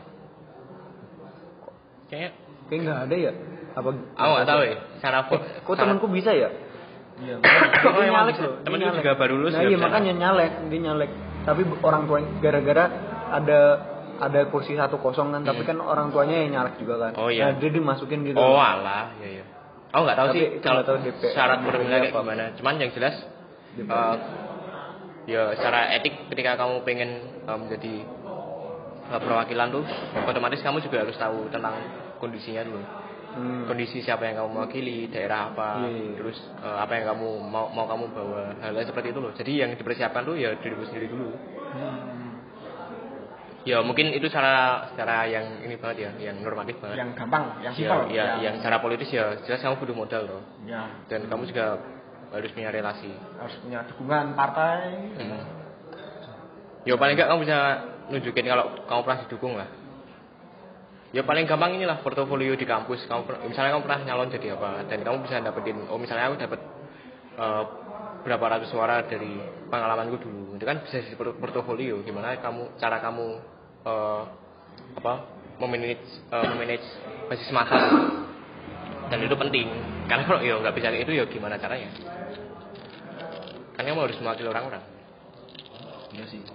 Kayaknya kayak nggak ada ya. Apa? Aku nggak tahu ya. Cara eh, kok temanku bisa ya? Iya. Dia nyalek loh. Temanku juga baru lulus. Nah iya makanya nyalek, dia nyalek. Tapi orang tua gara-gara ada ada kursi satu kosong kan, hmm. tapi kan orang tuanya yang nyalek juga kan. Oh iya. Nah, dia dimasukin gitu. Oh alah, iya iya. Aku nggak tahu tapi, sih kalau tahu D P, syarat formilnya kayak gimana. Cuman yang jelas uh, ya secara etik ketika kamu pengen um, menjadi uh, perwakilan tuh otomatis kamu juga harus tahu tentang kondisinya dulu. Hmm. Kondisi siapa yang kamu mewakili, daerah apa, yeah. terus uh, apa yang kamu mau mau kamu bawa, hal-hal seperti itu loh. Jadi yang dipersiapkan tuh ya dirimu sendiri dulu. Hmm. Ya mungkin itu cara cara yang ini banget ya, yang normatif banget. Yang gampang, yang simpel. Ya, ya, yang... yang cara politis ya jelas kamu butuh modal loh. Ya. Dan hmm. kamu juga harus punya relasi. Harus punya dukungan partai. Hmm. Ya paling enggak kamu bisa nunjukin kalau kamu pernah didukung lah. Ya paling gampang inilah portofolio di kampus. Kamu misalnya kamu pernah nyalon jadi apa, dan kamu bisa dapetin. Oh misalnya aku dapat uh, berapa ratus suara dari pengalamanku dulu. Itu kan bisa jadi portofolio. Gimana kamu cara kamu Uh, apa memanage uh, memanage basis massa, dan itu penting karena kalau ya nggak bisa kayak itu ya gimana caranya, kan kamu harus mewakili orang-orang. Iya sih,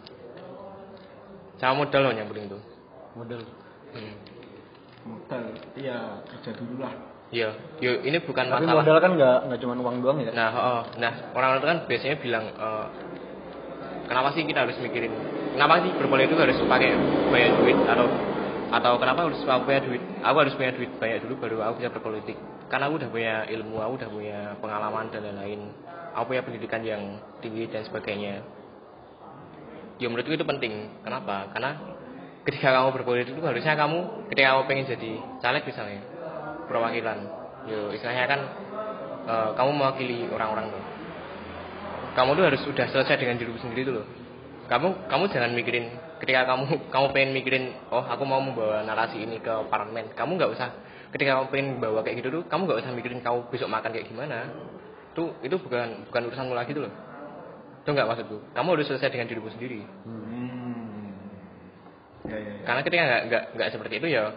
sama modal loh yang penting itu modal. hmm. Modal iya, kerja dulu lah. Iya, yo ini bukan tapi masalah. Modal kan nggak nggak cuma uang doang ya. Nah, oh, nah orang-orang itu kan biasanya bilang uh, kenapa sih kita harus mikirin, kenapa sih berpolitik itu harus pakai banyak duit, atau atau kenapa harus punya duit? Aku harus punya duit banyak dulu baru aku bisa berpolitik. Karena aku udah punya ilmu, aku udah punya pengalaman dan lain-lain. Aku punya pendidikan yang tinggi dan sebagainya. Ya menurutku itu penting. Kenapa? Karena ketika kamu berpolitik itu harusnya kamu ketika kamu pengen jadi caleg misalnya, perwakilan. Yo istilahnya kan uh, kamu mewakili orang-orang tuh. Kamu tuh harus sudah selesai dengan dirimu sendiri tuh loh. Kamu kamu jangan mikirin ketika kamu kamu pengen mikirin oh aku mau membawa narasi ini ke parlemen. Kamu nggak usah ketika kamu pengen bawa kayak gitu tuh kamu nggak usah mikirin kamu besok makan kayak gimana. Tuh itu bukan bukan urusanmu lagi tuh loh. Itu nggak maksudku. Kamu harus selesai dengan dirimu sendiri. Hmm. Ya, ya, ya. Karena ketika nggak nggak nggak seperti itu ya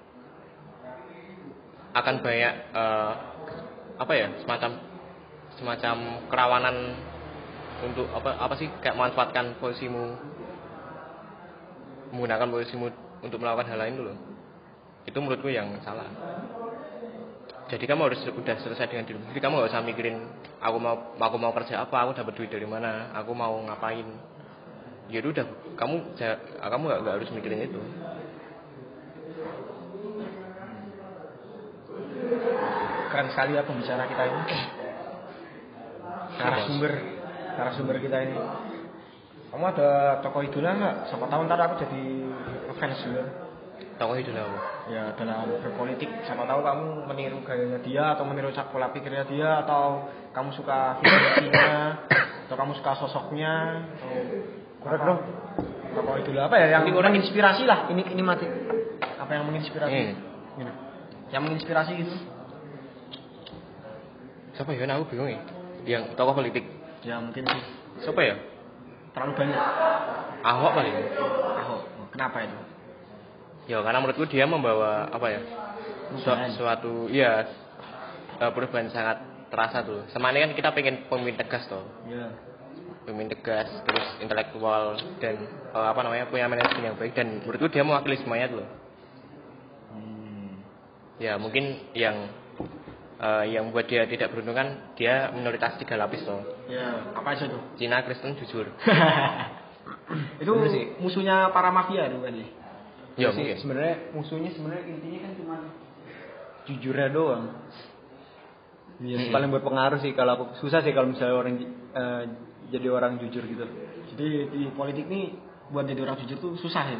akan banyak uh, apa ya semacam semacam kerawanan untuk apa apa sih kayak memanfaatkan posisimu, menggunakan posisimu untuk melakukan hal lain dulu. Itu menurutku yang salah. Jadi kamu harus sudah selesai dengan diri sendiri. Kamu gak usah mikirin aku mau aku mau kerja apa, aku dapat duit dari mana, aku mau ngapain. Ya udah kamu kamu gak, gak harus mikirin itu. Keren sekali ya pembicara kita ini. Narasumber narasumber kita ini. Kamu ada tokoh idola nggak? Siapa tahu ntar aku jadi fans juga. Tokoh idola apa? Ya dalam berpolitik. Siapa tahu kamu meniru gayanya dia atau meniru pola pikirnya dia, atau kamu suka filosofinya, atau kamu suka sosoknya. Kurang dong. Tokoh idola apa ya yang menginspirasi lah? Ini ini mati. Apa yang menginspirasi? Hmm. Gini. Yang menginspirasi gitu. Siapa ya? Aku bingung ya. Yang tokoh politik. Ya mungkin sih. Siapa ya? Terlalu banyak. Ahok paling. Ahok. Kenapa itu? Ya karena menurutku dia membawa apa ya? Su- suatu ya perubahan sangat terasa tuh. Sama ini kan kita pengen pemimpin tegas tuh. Iya. Pemimpin tegas, terus intelektual dan uh, apa namanya punya manajemen yang baik, dan menurutku dia mewakili semuanya tuh. Hmm. Ya mungkin yang Uh, yang buat dia tidak beruntung kan dia minoritas tiga lapis toh. Ya, apa aja tuh? Cina, Kristen, jujur. Itu sih musuhnya para mafia tuh kan. Ya sih sebenarnya musuhnya sebenarnya intinya kan cuma jujurnya doang. Ya, hmm. paling berpengaruh sih kalau aku susah sih kalau misalnya orang uh, jadi orang jujur gitu. Jadi di politik nih buat jadi orang jujur tuh susah ya.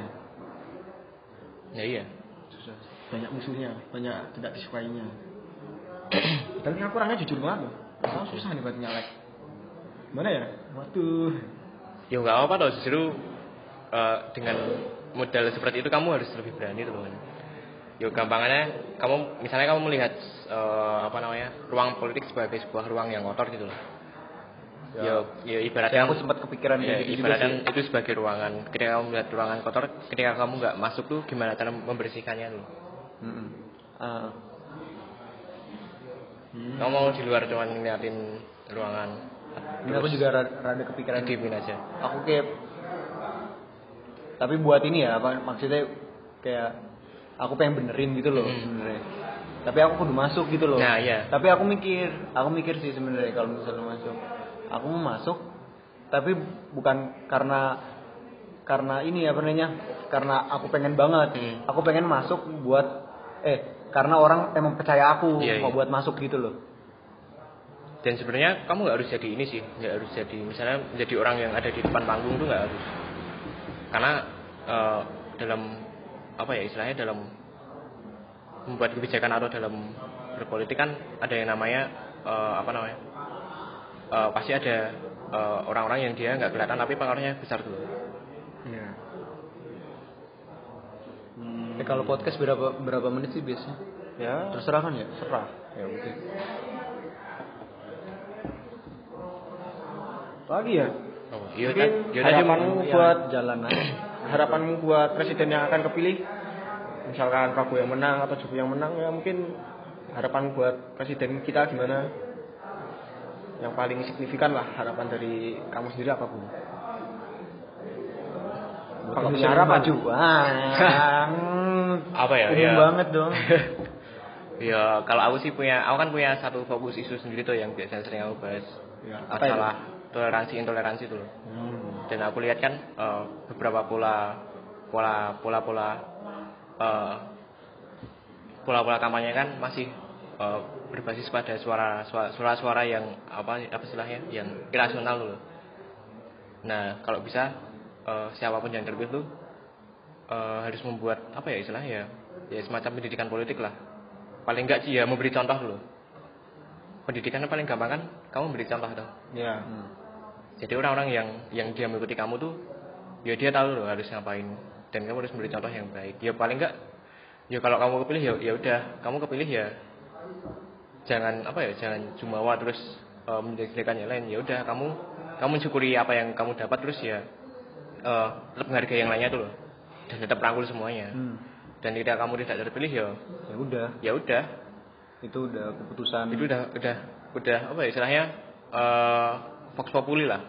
Ya iya. Susah. Banyak musuhnya, banyak tidak disukainya. Dan aku orangnya jujur banget loh. Oh, susah nih buat nyalek. Gimana ya? Waduh. Ya nggak apa-apa toh, justru uh, dengan modal seperti itu kamu harus lebih berani teman. Ya gampangannya kamu misalnya kamu melihat uh, apa namanya ruang politik sebagai sebuah ruang yang kotor gitu loh. Ya, ya, ya ibaratnya aku sempat kepikiran ya, gitu ibaratnya itu sebagai ruangan. Ketika kamu melihat ruangan kotor, ketika kamu nggak masuk tuh gimana cara membersihkannya tuh? Mm-hmm. Uh. Hmm. Kamu mau di luar cuman ngeliatin ruangan. Ini aku juga rada, rada kepikiran. Diamin aja. Aku kayak, tapi buat ini ya, apa maksudnya kayak aku pengen benerin gitu loh hmm. sebenarnya. Tapi aku kudu masuk gitu loh. Nah iya. Tapi aku mikir, aku mikir sih sebenarnya kalau misalnya masuk, aku mau masuk, tapi bukan karena karena ini ya namanya, karena aku pengen banget. Hmm. Aku pengen masuk buat eh karena orang emang percaya aku Iya, mau iya. buat masuk gitu loh. Dan sebenarnya kamu nggak harus jadi ini sih, nggak harus jadi misalnya menjadi orang yang ada di depan panggung tuh nggak harus. Karena uh, dalam apa ya istilahnya dalam membuat kebijakan atau dalam berpolitik kan ada yang namanya uh, apa namanya uh, pasti ada uh, orang-orang yang dia nggak kelihatan tapi pengaruhnya besar dulu. Iya. Hmm. Eh, kalau podcast berapa berapa menit sih biasanya? Ya, Terserah kan ya? serah. Ya oke. Lagi ya? Oh, iya Mungkin kan? Ya, tadi harapanmu Ya, buat jalan aja. harapanmu buat presiden yang akan kepilih, misalkan Prabowo yang menang atau Jokowi yang menang, ya mungkin harapan buat presiden kita gimana? Yang paling signifikan lah harapan dari kamu sendiri apa Bu? Kalau punya harapan maju. Wah. apa ya? Umum Ya. banget dong. Ya kalau aku sih punya, aku kan punya satu fokus isu sendiri tuh yang biasanya sering aku bahas. Ya, apa Masalah toleransi intoleransi tuh loh. Hmm. Dan aku lihat kan uh, beberapa pola pola pola pola uh, pola pola kampanye kan masih uh, berbasis pada suara suara suara yang apa apa istilahnya yang irasional loh. Nah kalau bisa uh, siapapun yang terpilih tuh uh, harus membuat apa ya istilahnya ya ya semacam pendidikan politik lah. Paling enggak sih ya memberi contoh dulu. Pendidikan yang paling gampang kan kamu beri contoh dong. Ya. Hmm. Jadi orang-orang yang yang dia mengikuti kamu tuh ya dia tahu loh harus ngapain dan kamu harus memberi contoh yang baik. Ya paling enggak ya kalau kamu kepilih ya ya udah kamu kepilih ya jangan apa ya jangan jumawa terus uh, menjelek-jelekan yang lain. Ya udah kamu kamu syukuri apa yang kamu dapat terus ya uh, tetap menghargai yang lainnya tuh loh dan tetap rangkul semuanya. Hmm. Dan ketika kamu tidak terpilih ya Ya udah, ya udah itu udah keputusan. itu udah udah udah apa ya istilahnya uh, vox populi lah.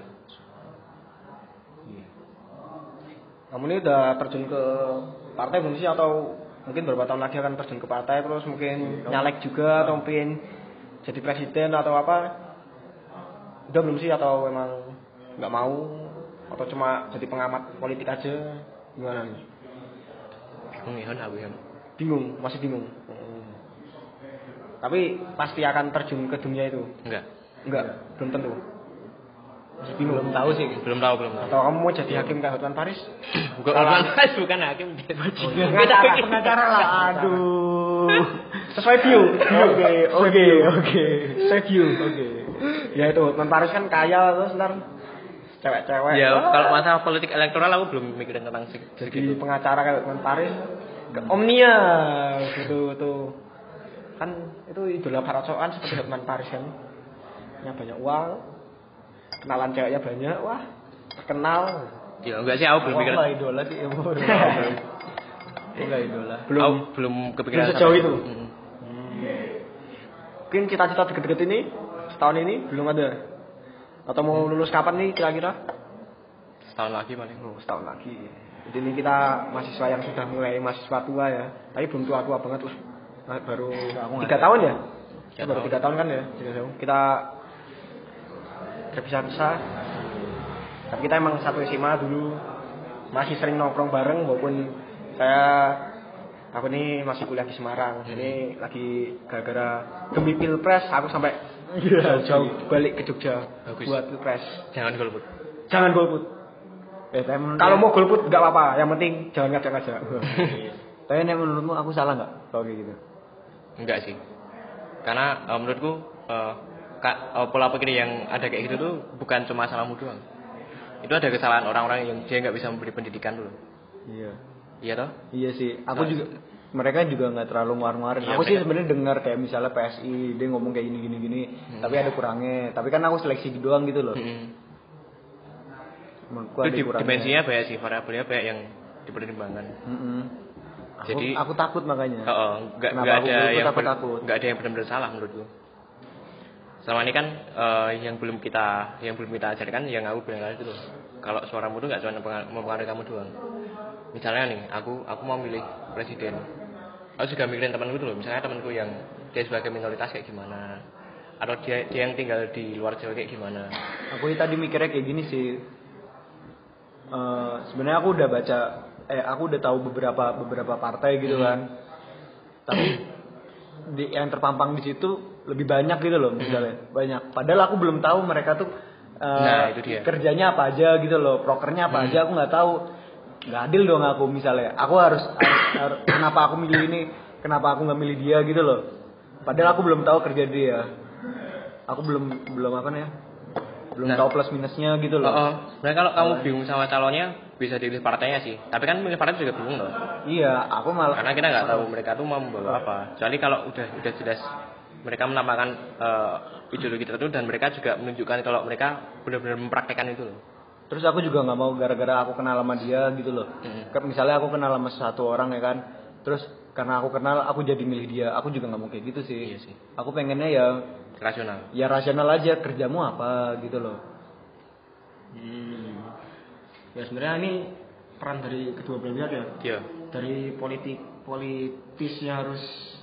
Kamu ini udah terjun ke partai belum sih atau mungkin beberapa tahun lagi akan terjun ke partai terus mungkin nyalek juga atau mungkin jadi presiden atau apa? Udah belum sih atau memang nggak mau atau cuma jadi pengamat politik aja gimana nih? Bingung ya aku ya. Bingung, masih bingung. Hmm. Tapi pasti akan terjun ke dunia itu. Enggak. Enggak, belum tentu. Masih bingung. Belum tahu sih. Belum tahu belum tahu. Atau kamu mau jadi hakim kayak Hotman Paris? Bukan Salah. bukan bukan hakim. Pengacara, pengacara lah. Aduh. Sesuai view. Oke, oke, oke. Sesuai view. Oke. Ya itu Hotman Paris kan kaya terus ntar cewek-cewek. Ya Wah. kalau masalah politik elektoral aku belum mikirin tentang seg- Jadi segitu. pengacara kayak Hotman Paris ke Omnia gitu tuh. Kan itu idola para coan seperti Hotman Paris kan. Punya banyak uang. Kenalan ceweknya banyak. Wah, terkenal. Ya enggak sih aku belum Wah, mikirin. lah idola sih. Enggak idola. Belum. Aku belum kepikiran Belum sejauh sampai- itu? Mm. Mungkin cita-cita deket-deket ini setahun ini belum ada. Atau mau lulus kapan nih kira-kira? Setahun lagi paling. Oh, setahun lagi. Jadi ini kita mahasiswa yang sudah mulai mahasiswa tua ya. Tapi belum tua-tua banget terus baru Aku nggak tiga tahu. tahun ya. Tiga baru tahun. tiga tahun kan ya. Tiga tahun. Kita terpisah-pisah. Tapi kita emang satu S M A dulu masih sering nongkrong bareng walaupun saya aku nih masih kuliah di Semarang. Ini lagi gara-gara demi Pilpres aku sampai jauh-jauh balik ke Jogja Bagus. buat Pilpres. Jangan golput. Jangan golput. Eh, tapi menurut Kalau dia- mau golput nggak apa-apa, yang penting jangan ngajak-ngajak. Tapi nek menurutmu aku salah nggak kalau kayak gitu? Enggak sih. Karena uh, menurutku uh, ka- uh, pola pikir yang ada kayak gitu tuh bukan cuma salahmu doang. Itu ada kesalahan orang-orang yang dia nggak bisa memberi pendidikan dulu. Iya. Iya toh? Iya sih. Aku Nah, juga mereka juga nggak terlalu nguar-nguarin. Iya, aku sih mereka- sebenarnya dengar kayak misalnya P S I dia ngomong kayak gini gini gini, Hmm. tapi ada kurangnya. Tapi kan aku seleksi doang gitu loh. Mm-mm. Menurutku Itu ada di, kurangnya. dimensinya banyak sih, variabelnya banyak yang dipertimbangkan. Mm-mm. Aku, Jadi- aku takut makanya. Oh, oh, nggak Kenapa nggak aku ada golput, yang aku ber- takut. nggak ada yang benar-benar salah menurutku. Selama ini kan eh, yang belum kita yang belum kita ajarkan yang aku bilang tadi itu loh. Kalau suaramu tuh nggak cuma mempengar- mempengaruhi kamu doang. Misalnya nih, aku aku mau milih presiden. Aku juga mikirin temanku tuh loh. Misalnya temanku yang dia sebagai minoritas kayak gimana, atau dia dia yang tinggal di luar Jawa kayak gimana. Aku tadi mikirnya kayak gini sih. Eh, sebenarnya aku udah baca eh aku udah tahu beberapa beberapa partai gitu kan. Tapi di, yang terpampang di situ lebih banyak gitu loh misalnya. Banyak. Padahal aku belum tahu mereka tuh uh, nah, itu dia. kerjanya apa aja gitu loh, prokernya apa hmm. aja aku nggak tahu. Nggak adil dong aku misalnya. Aku harus, harus, harus kenapa aku milih ini, kenapa aku nggak milih dia gitu loh. Padahal aku belum tahu kerja dia. Aku belum belum apa nih? Belum nah, tahu plus minusnya gitu loh. Oh, oh. Sebenarnya kalau kamu bingung sama calonnya bisa dipilih partainya sih. Tapi kan milih partai juga bingung loh. Iya, aku malah karena kita nggak tahu mereka tuh mau membawa apa. Kecuali kalau udah udah jelas mereka menampakkan uh, ideologi tertentu dan mereka juga menunjukkan kalau mereka benar-benar mempraktekkan itu loh. Terus aku juga nggak mau gara-gara aku kenal sama dia gitu loh. Mm-hmm. Misalnya aku kenal sama satu orang ya kan. Terus karena aku kenal aku jadi milih dia. Aku juga nggak mau kayak gitu sih. Iya sih. Aku pengennya ya rasional. Ya rasional aja, kerjamu apa gitu loh. Hmm. Ya sebenarnya ini peran dari kedua belah pihak ya. Iya. Dari politik politisnya harus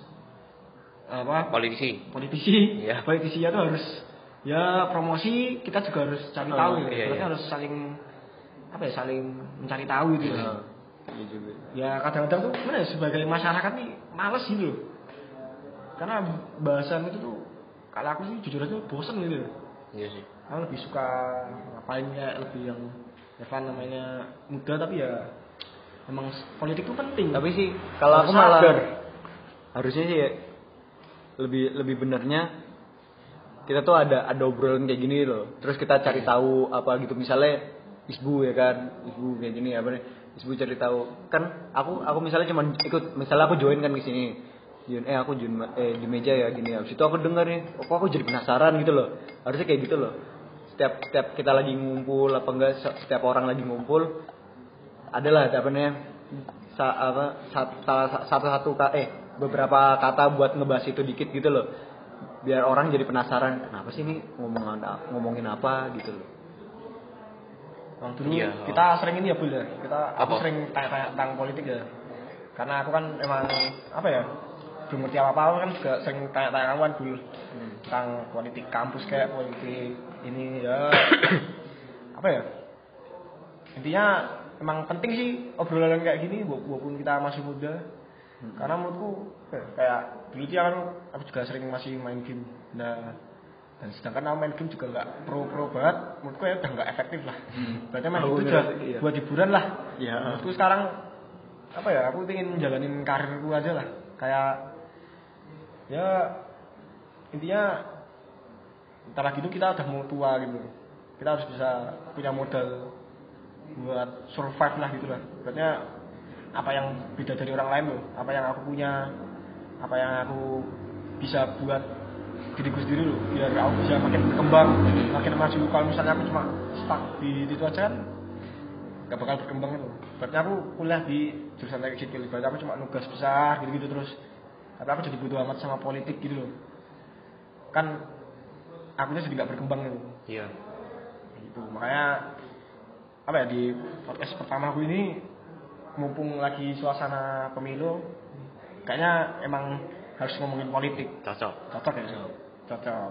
apa? Politisi. Politisi. Iya. Politisinya tuh harus ya promosi, kita juga harus cari oh, tahu ya. Iya, iya. Harus saling apa ya? Saling mencari tahu gitu. Iya. Iya juga. Ya kadang-kadang tuh mana sebagai masyarakat nih males gitu loh. Karena bahasan itu tuh kalau aku sih jujur aja bosan gitu. Iya sih. Aku lebih suka ngapain ya lebih yang Evan namanya muda tapi ya emang politik itu penting. Tapi sih kalau aku malah harusnya sih ya, lebih lebih benernya kita tuh ada ada obrolan kayak gini loh. Terus kita cari tahu apa gitu misalnya Isbu ya kan, Isbu kayak gini apa nih? Isbu cari tahu. Kan aku aku misalnya cuma ikut misalnya aku join kan ke sini. Join, eh aku join eh di meja ya gini. Habis itu aku denger nih, kok aku jadi penasaran gitu loh. Harusnya kayak gitu loh. Setiap setiap kita lagi ngumpul apa enggak setiap orang lagi ngumpul adalah apa namanya sa, apa satu-satu eh beberapa kata buat ngebahas itu dikit gitu loh. Biar orang jadi penasaran, kenapa sih ini ngomong ngomongin apa gitu loh. Bang dulu iya, kita oh. sering ini ya Bul ya. Kita aku apa? sering tanya-tanya tentang politik ya. Karena aku kan emang apa ya? Belum ngerti apa-apa kan juga sering tanya-tanya kawan dulu hmm. tentang politik kampus kayak politik ini ya apa ya intinya emang penting sih obrolan kayak gini walaupun kita masih muda hmm. karena menurutku kayak dulu dia kan aku juga sering masih main game nah dan sedangkan aku main game juga nggak pro-pro banget menurutku ya udah nggak efektif lah hmm. berarti main oh, itu juga iya. buat hiburan lah ya. Menurutku sekarang apa ya aku ingin jalanin karirku aja lah kayak ya intinya entar lagi itu kita udah mau tua gitu kita harus bisa punya modal buat survive lah gitu lah berarti apa yang beda dari orang lain loh apa yang aku punya apa yang aku bisa buat diriku sendiri loh biar aku bisa makin berkembang makin maju kalau misalnya aku cuma stuck di itu aja kan gak bakal berkembang itu berarti aku kuliah di jurusan teknik sipil berarti aku cuma nugas besar gitu-gitu terus tapi aku jadi butuh amat sama politik gitu loh kan akunya jadi nggak berkembang gitu iya gitu makanya apa ya di podcast pertama aku ini mumpung lagi suasana pemilu kayaknya emang harus ngomongin politik cocok cocok ya cocok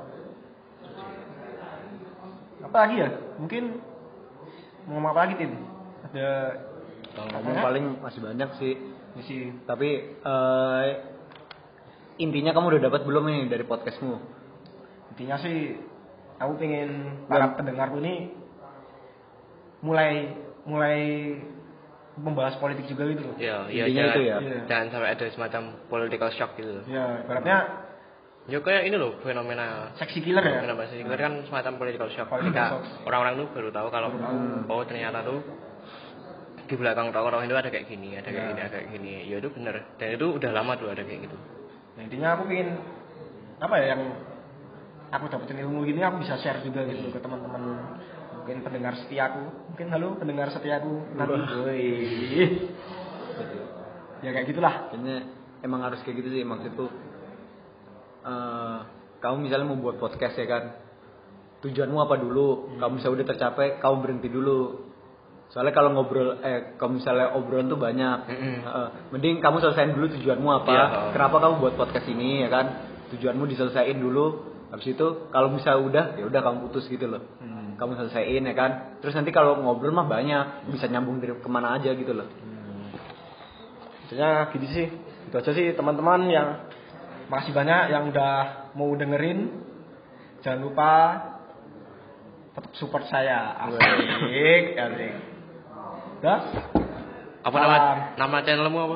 apa lagi ya mungkin mau ngomong apa lagi Tin ada ngomong paling masih banyak sih masih tapi uh, intinya kamu udah dapat belum nih dari podcastmu? Intinya sih aku pengen para pendengarku ini mulai mulai membahas politik juga gitu loh. Iya, iya itu ya. Jangan sampai ada semacam political shock gitu loh. Iya, ibaratnya ya kayak ini loh fenomena seksi killer ya. Fenomena seksi killer kan semacam political shock. Ketika orang-orang tuh baru tahu kalau hmm. oh ternyata tuh di belakang tokoh-tokoh itu ada kayak gini, ada kayak ya. gini, ada kayak gini. Ya itu benar. Dan itu udah lama tuh ada kayak gitu. Nah, intinya aku pengen apa ya yang aku dapetin ilmu gini aku bisa share juga gitu ke teman-teman mungkin pendengar setiaku mungkin halo pendengar setiaku nanti ya kayak gitulah kayaknya emang harus kayak gitu sih maksudku uh, kamu misalnya mau buat podcast ya kan tujuanmu apa dulu hmm. kamu misalnya udah tercapai kamu berhenti dulu soalnya kalau ngobrol eh kalau misalnya obrolan tuh banyak mm-hmm. uh, mending kamu selesaiin dulu tujuanmu apa yeah, oh. kenapa kamu buat podcast ini ya kan tujuanmu diselesaiin dulu habis itu kalau misalnya udah ya udah kamu putus gitu loh hmm. kamu selesaiin ya kan terus nanti kalau ngobrol mah banyak bisa nyambung dari kemana aja gitu loh hmm. Maksudnya gitu sih. Itu aja sih teman-teman yang makasih banyak yang udah mau dengerin. Jangan lupa tetap support saya. Asik, asik. Dah. Apa nama nama channelmu apa?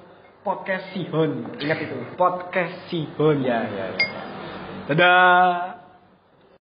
Podcast Sihon. Ingat itu. Podcast Sihon. Ya, ya, ya. Dadah.